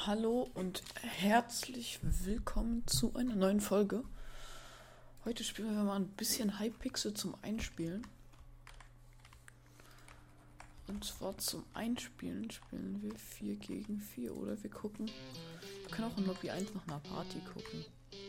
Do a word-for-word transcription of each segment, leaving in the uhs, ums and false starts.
Hallo und herzlich willkommen zu einer neuen Folge. Heute spielen wir mal ein bisschen Hypixel zum Einspielen. Und zwar zum Einspielen spielen wir vier gegen vier oder wir gucken. Wir können auch in Lobby eins nach einer Party gucken.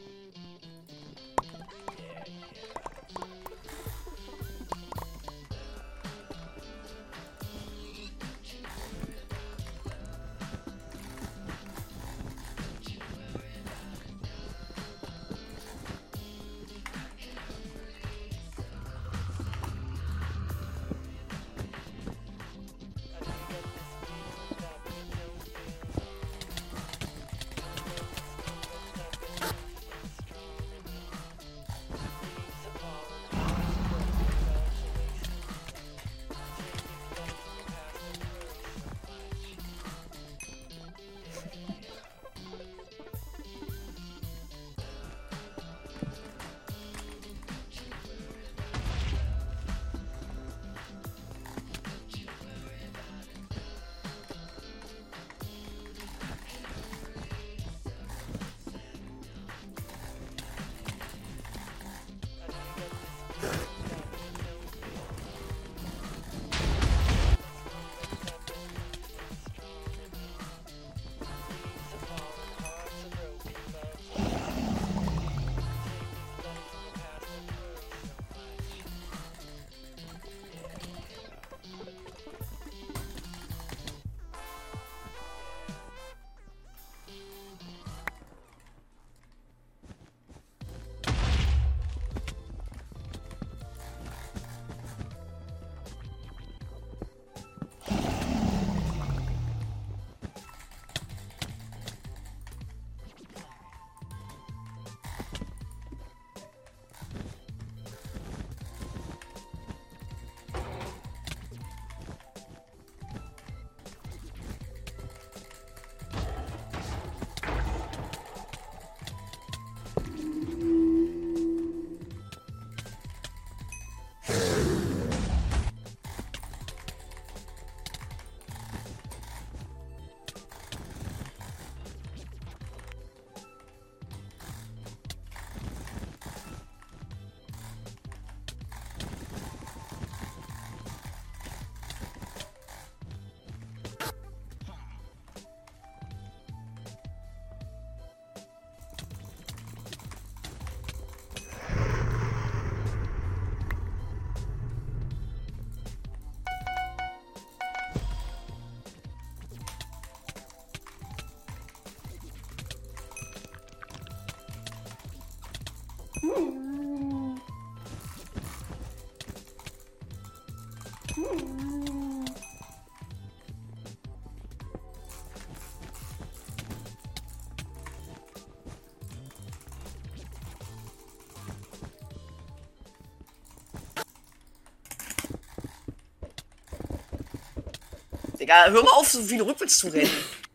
Digga, hör mal auf, so viel rückwärts zu rennen.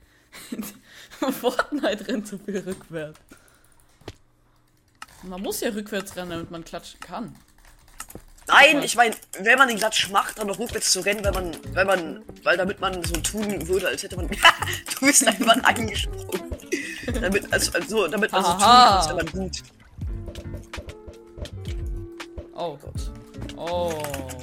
Fortnite rennt so viel rückwärts. Man muss ja rückwärts rennen, damit man klatschen kann. Nein, ich meine, wenn man den Klatsch macht, dann noch rückwärts zu rennen, weil man, weil man, weil damit man so tun würde, als hätte man, du bist einfach angesprungen. damit, also, also, damit man so tun kann, als wäre man gut. Oh Gott. Oh.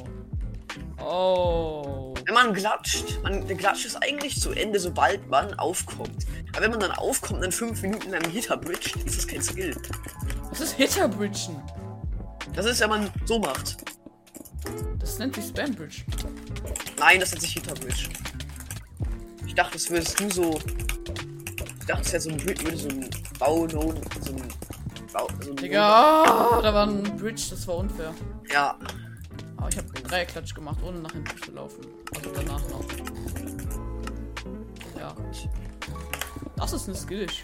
Oh. Wenn man klatscht, man, der Klatsch ist eigentlich zu Ende, sobald man aufkommt. Aber wenn man dann aufkommt und dann fünf Minuten lang Hitterbridge, ist das kein Skill. Was ist Hitterbridgen? Das ist, wenn man so macht. Das nennt sich Spambridge. Nein, das nennt sich Hitterbridge. Ich dachte, das würdest du so. Ich dachte, es wäre so ein Bridge, würde so ein Bau, no, so ein Bau. So ein Digga, oh, da war ein Bridge, das war unfair. Ja. Aber ich habe drei Klatsch gemacht, ohne nach hinten zu laufen. Also danach noch. Ja. Das ist ein Skill-Issue.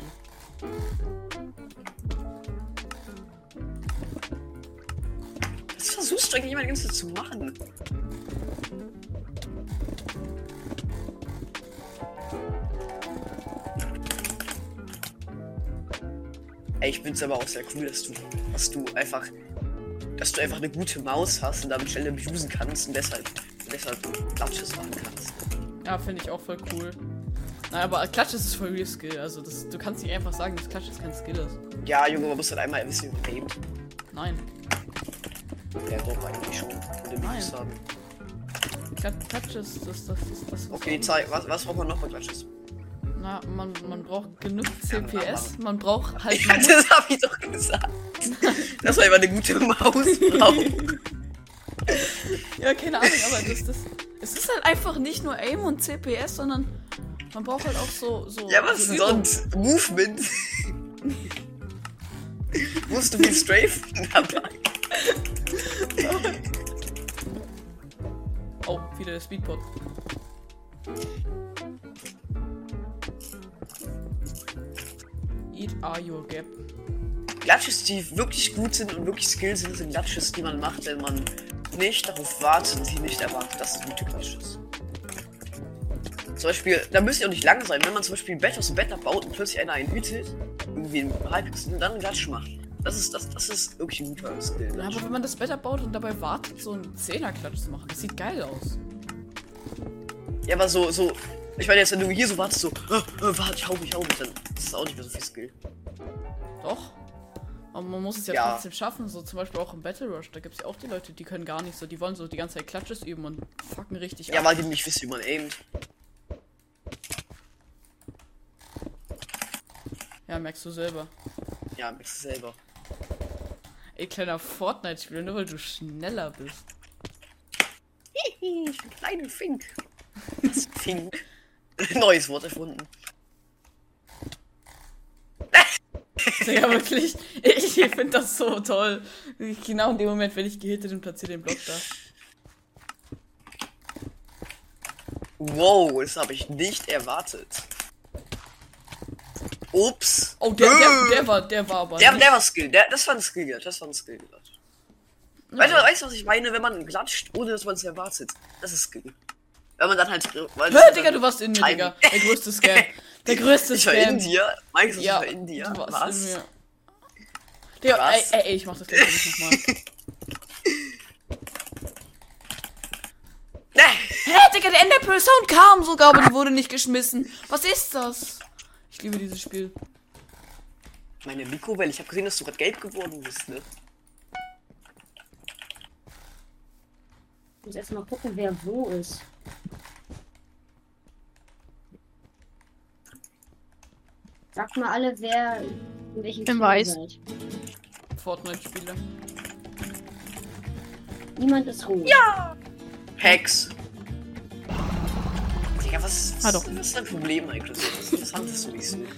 Was versuchst du eigentlich immer die ganze Zeit zu machen? Ey, ich find's aber auch sehr cool, dass du, dass du einfach, dass du einfach eine gute Maus hast und damit schnell abusen kannst und deshalb, und deshalb Klatsches machen kannst. Ja, finde ich auch voll cool. Na, aber Clutches ist voll real Skill. Also das, du kannst nicht einfach sagen, dass Clutches kein Skill ist. Ja, Junge, man muss halt einmal wissen, wie man aimt. Nein. Ja, doch, eigentlich schon. Würde Nein. ich sagen. Clutches, das, das, das, das Okay, zeig, was, was braucht man noch bei Clutches? Na, man, man braucht genug C P S, man braucht halt... Man Das hab ich doch gesagt. Das war immer eine gute Mausfrau. Ja, keine Ahnung, aber das, das... Es ist halt einfach nicht nur Aim und C P S, sondern man braucht halt auch so... so Ja, was so sonst? Movement. Musst du viel Strafen dabei? Oh, wieder der Speedpot. Eat are your gap. Clutches, die wirklich gut sind und wirklich Skill sind, sind Clutches, die man macht, wenn man nicht darauf wartet und sie nicht erwartet, dass es gute Clutches. Zum Beispiel, da müsst ihr auch nicht lang sein, wenn man zum Beispiel ein Bett aus dem Bett abbaut und plötzlich einer einen hittet, irgendwie ein halbwegs, und dann einen Clutch macht. Das ist, das, das ist wirklich ein guter Skill. Ja, aber wenn man das Bett abbaut und dabei wartet, so einen Zehner-Klatsch zu machen, das sieht geil aus. Ja, aber so, so, ich meine jetzt, wenn du hier so wartest, so, äh, äh, warte, ich hau mich, hau mich, dann ist das auch nicht mehr so viel Skill. Doch. Aber man muss es ja, Ja. trotzdem schaffen, so zum Beispiel auch im Battle Rush, da gibt es ja auch die Leute, die können gar nicht so, die wollen so die ganze Zeit Klatsches üben und fucken richtig Ja, ab. weil die nicht wissen, wie man aimt. Ja, merkst du selber. Ja, merkst du selber. Ey, kleiner Fortnite-Spieler, nur weil du schneller bist. Hihi, ich bin kleine Fink. Was Fink? Neues Wort erfunden. Ja, wirklich. Ich finde das so toll. Genau in dem Moment, wenn ich gehittet und platziere den Block da. Wow, das habe ich nicht erwartet. Ups. Oh, der, der, der war, der war aber Der, nicht. der war Skill. Der, das war ein Skill. Das war ein Skill. Weißt du, weißt du, was ich meine? Wenn man klatscht, ohne dass man es erwartet. Das ist Skill. Wenn man dann halt... Weil Hör, Digga, du warst in mir, Timing. Digga. Der größte Scam. Der größte Ich war Scam. in dir. Meinst du, Ja, ich war in dir? du warst Was? in mir. Digga, ey, Was? ey, ey, ich mach das gleich nicht nochmal. Hä, Digga, der Enderpearl Sound kam sogar, aber die wurde nicht geschmissen. Was ist das? Ich liebe dieses Spiel. Meine Mikrowelle, ich habe gesehen, dass du gerade gelb geworden bist, ne? Ich muss erst mal gucken, wer wo ist. Sagt mal alle, wer in welchem bin Team weiß. seid. Fortnite-Spiele. Niemand ist rot. Hex. Digga, was, was, Hallo. was ist dein Problem eigentlich? Das handest du nicht so.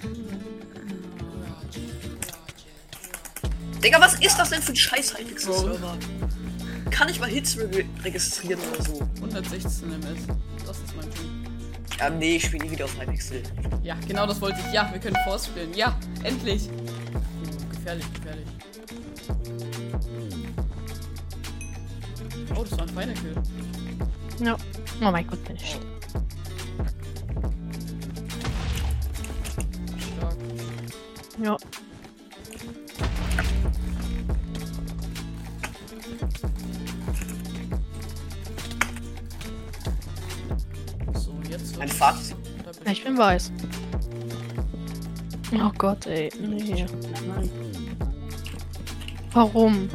Digga, was ist das denn für ein scheiß Hypixel-Server? Kann ich mal Hits re registrieren oder so? hundertsechzehn M S. Das ist mein Team. Ja, nee, ich spiele nie wieder auf Hypixel. Ja, genau das wollte ich. Ja, wir können Force spielen. Ja, endlich. Uh, gefährlich, gefährlich. Oh, das war ein feiner Kill. Ja. Oh mein Gott, bin ich. Stark. Ja. So, jetzt. Mein Vater. Da bin Ja, ich bin weiß. Oh Gott, ey. Nee. Nein. Warum?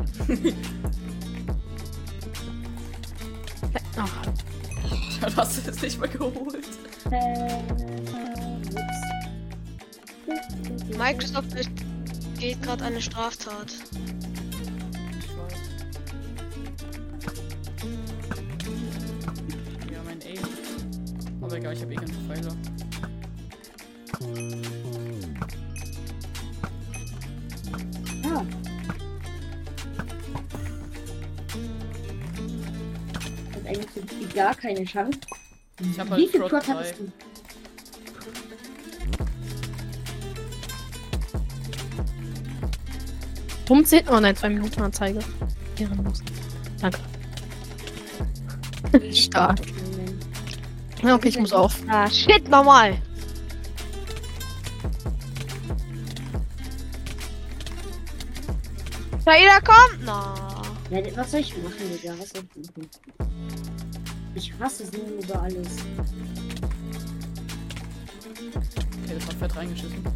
Ach, Ja, du hast es nicht mehr geholt. Äh, Microsoft geht gerade eine Straftat. Ich weiß. Ja, mein Aim. Aber egal, ich habe eh keine Pfeile. ah. Hat eigentlich so gut wie gar keine Chance. Ich habe Wie halt viel Prot Prot drei. hattest du? warum zählt nur eine zwei Minuten Anzeige? Ehrenlos. Danke. Stark. Ja, okay, ich muss auf. Ah, shit, normal. Shaida kommt! Na. Ja, was soll ich machen, Digga? Was soll ich machen? Ich hasse sie über alles. Okay, das war fett reingeschissen.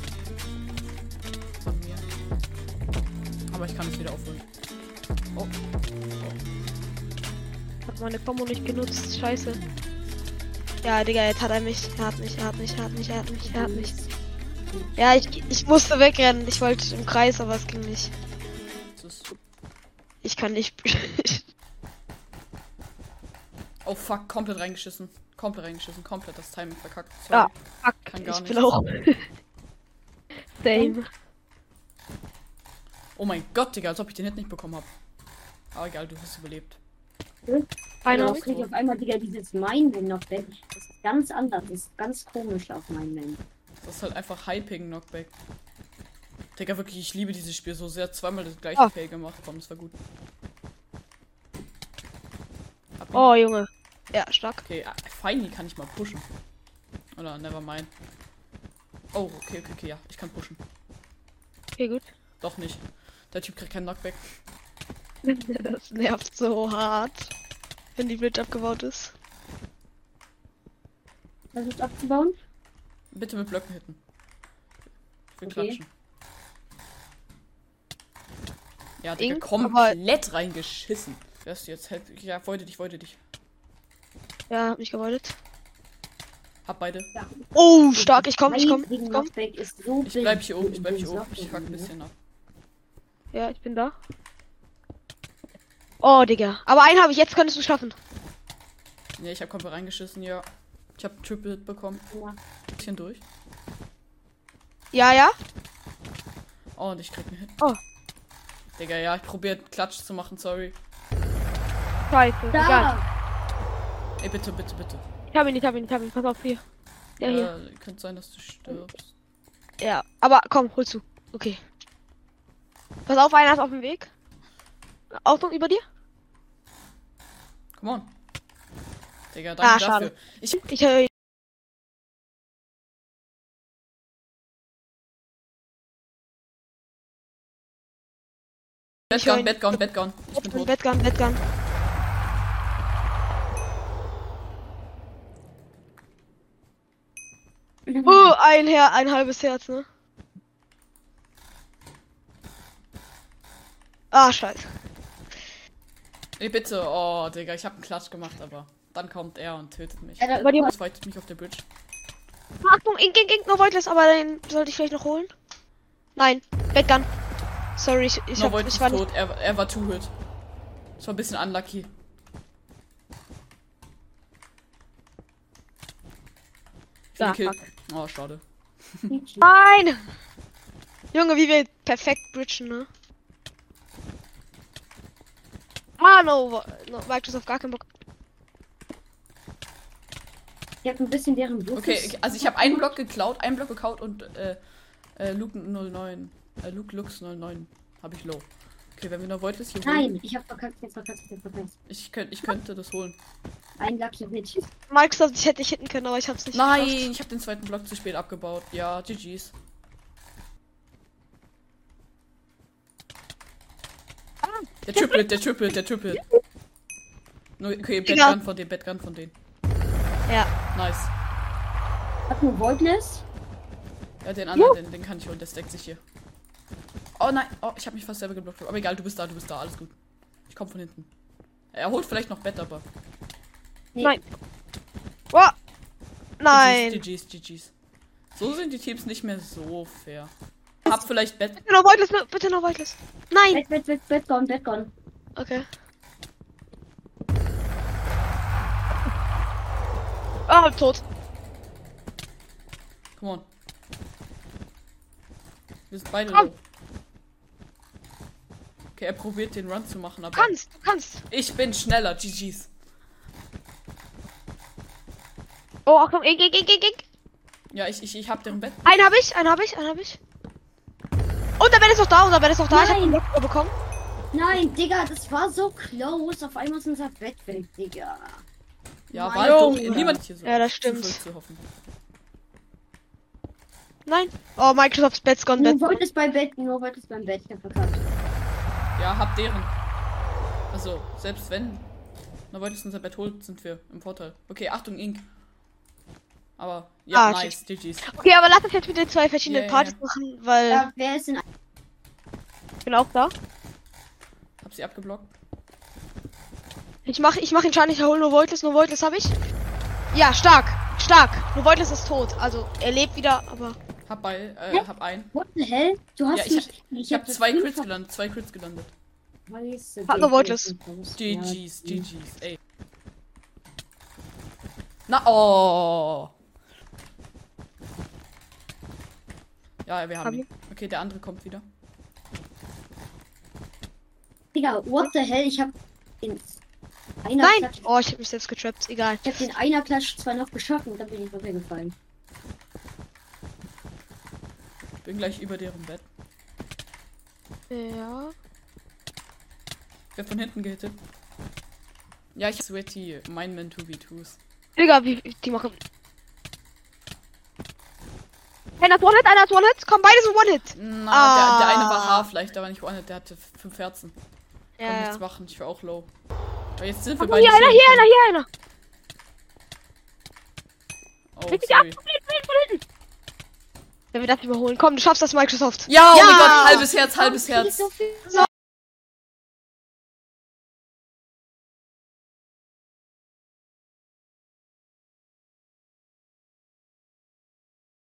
Von mir. Aber ich kann es wieder aufholen. Oh. Hab meine Kombo nicht genutzt. Scheiße. Ja, Digga, jetzt hat er mich. Er hat mich, er hat mich, er hat mich, er hat mich, er hat mich. Ja, ich, ich musste wegrennen. Ich wollte im Kreis, aber es ging nicht. Das ist Ich kann nicht. oh fuck, komplett reingeschissen. Komplett reingeschissen, komplett das Timing verkackt. Sorry. Ja, fuck. Kann gar Ich nicht. bin auch. Same. Oh mein Gott, Digga, als ob ich den Hit nicht bekommen habe. Aber egal, du hast überlebt. Einer. Genau, krieg ich auf einmal wieder dieses Minding noch weg. Das ist ganz anders. Das ist ganz komisch auf meinem Mind. Das ist halt einfach Hyping Knockback. Digga, wirklich, ich liebe dieses Spiel so sehr. Zweimal das gleiche Oh. Fail gemacht. Komm, das war gut. Hab ihn. Oh, Junge. Ja, stark. Okay, ah, Feini kann ich mal pushen. Oder never mind. Oh, okay, okay, okay, ja. Ich kann pushen. Okay, gut. Doch nicht. Der Typ kriegt keinen Knockback. Das nervt so hart, wenn die Bridge abgebaut ist. Versucht abzubauen? Bitte mit Blöcken hitten. Ich will Okay. klatschen. Ja, Digga, Ink, komplett reingeschissen. Wer ist jetzt? Help- Ja, wollte dich, wollte dich. Ja, hab mich gewollt. Hab beide. Ja. Oh, stark. Ich komm, ich komm, Wegen ich komm. Knockback ist so Ich bleib hier oben, ich bleib hier oben. Ich hack ein bisschen ab. Ja, ich bin da. Oh, Digga. Aber einen habe ich. Jetzt könntest du schaffen. Ne, ich hab komplett reingeschissen, ja. Ich hab Triple Hit bekommen. Ja. Bisschen durch. Ja, ja. Oh, und ich krieg einen Hit. Oh. Digga, ja, ich probier Klatsch zu machen, sorry. Scheiße. Egal. Da! Ey, bitte, bitte, bitte. Ich hab ihn, ich hab ihn, ich hab ihn. Pass auf, hier. Ja, hier. Äh, könnte sein, dass du stirbst. Ja. Aber komm, hol zu. Okay. Pass auf, einer ist auf dem Weg. Ausdruck über dir. Come on. Digga, danke Ah, schade. dafür. Ich, Ich höre ihn. Ich höre Bedgun, ihn. Bedgun, Bedgun. Ich bin tot. Bettgun, Bettgun. Uh, ein Her ein halbes Herz, ne? Ah, scheiße. Ey, bitte. Oh, Digga, ich hab einen Klatsch gemacht, aber dann kommt er und tötet mich. Ja, da- Bei dir. Das fightet mich auf der Bridge. Achtung, Ink, Ink, Ink, no Voidless, aber den sollte ich vielleicht noch holen. Nein, Bettgun. Sorry, ich, ich, No hab, Void ich ist war nicht. tot. Er, er war Two-Hit. Das war ein bisschen unlucky. Ja, Kill. fuck. Oh, schade. Nein! Junge, wie wir perfekt bridgen, ne? Ah, no, Vo- no Microsoft gar keinen Bock. Ich hab ein bisschen deren Blut. Okay, also ich habe einen Block geklaut, einen Block geklaut und äh, äh, Luke null neun. Äh, Luke Lux null neun habe ich low. Okay, wenn wir noch Voidless hier holen. Nein, ich hab verkackt, jetzt verkackt, jetzt verkackt. Ich, könnt, ich könnte das holen. Ein Lucky Hit. Microsoft, ich hätte dich hitten können, aber ich hab's nicht Nein, geschafft. ich habe den zweiten Block zu spät abgebaut. Ja, G G's. Der Triple, der Triple, der Triple. Nur, okay, Digga. Batgun von denen, Batgun von denen. Ja. Nice. Hat nur Voidless. Ja, den anderen, den, den kann ich holen, der stackt sich hier. Oh nein, oh, ich habe mich fast selber geblockt. Aber egal, du bist da, du bist da, alles gut. Ich komme von hinten. Er holt vielleicht noch Bett, aber. Nee. Nein. Oh. Nein. G G's, G G's. So sind die Teams nicht mehr so fair. Hab vielleicht Bett. Bitte noch Voidless, ne- bitte noch Voidless. Nein. Bett, Bett, Bett, Bett, gone, Bett, gone. Okay. Ah, tot. Come on. Wir sind beide Komm. low. Okay, er probiert den Run zu machen, aber. Du kannst, du kannst. Ich bin schneller, G G's. Oh, Achtung, Ink, Ink, Ink, Ink, Ink. Ja, ich, ich, ich hab den Bett. Einen hab ich, einen hab ich, einen hab ich. Und der Bett ist noch da, und der Bett ist noch da. Ich hab Nein. den Block bekommen. Nein, Digga, das war so close. Auf einmal ist unser Bett weg, Digga. Ja, Mein war halt dumm. Junge. Niemand hier so. Ja, das zu stimmt. früh Zu hoffen. Nein. Oh, Microsoft's Bett's gone, Nur Bett. Void ist beim Bett, nur Void ist beim Bett. Ich hab verkackt. Ja, hab deren. Also, selbst wenn. Na, wolltest du unser Bett holt, sind wir im Vorteil. Okay, Achtung, Ink. Aber ja, Ah, nice, G G's. Okay, aber lass uns jetzt mit den zwei verschiedenen Ja, ja, Partys ja. machen, weil Ja, wer ist denn. ich bin auch da. Hab sie abgeblockt. Ich mach, ich mach ihn schon nicht, hol nur Voidless, nur Voidless habe ich. Ja, stark, stark. Nur Voidless ist tot. Also, er lebt wieder, aber... Hab bei, äh, Ja. hab einen. What the hell? Du hast Ja, ich, mich. ich hab zwei Crits gelandet, zwei Crits gelandet. Scheiße, Hat nur der Voidless. ist raus. G Ja, G's, G G's, ey. Na, oh. Ja, wir haben Hab ihn. Okay, der andere kommt wieder. Digga, what the hell? Ich hab den einer Nein! Klatsch, Oh, ich hab mich selbst getrappt, egal. ich hab den einer Klatsch zwar noch geschafft und dann bin ich runtergefallen. Bin gleich über deren Bett. Ja. Wer von hinten gehittet? Ja, ich hab Sweaty, mein Man zwei gegen zwei s. Digga, wie die machen. Einer ist One-Hit, einer ist One-Hit. Komm, beide sind One-Hit. Na, Ah. der, der eine war Haar vielleicht, aber nicht One, der hatte fünf Herzen. Kann Ja, nichts ja. machen, ich war auch low. Aber jetzt sind wir Oh, beide. hier einer, safe. hier einer, hier einer. Oh, Leg dich ab, sorry. von hinten, von hinten. Wenn wir das überholen. Komm, du schaffst das, Microsoft. Ja, oh Ja. mein Gott, halbes Herz, halbes Warum Herz. krieg ich so viel-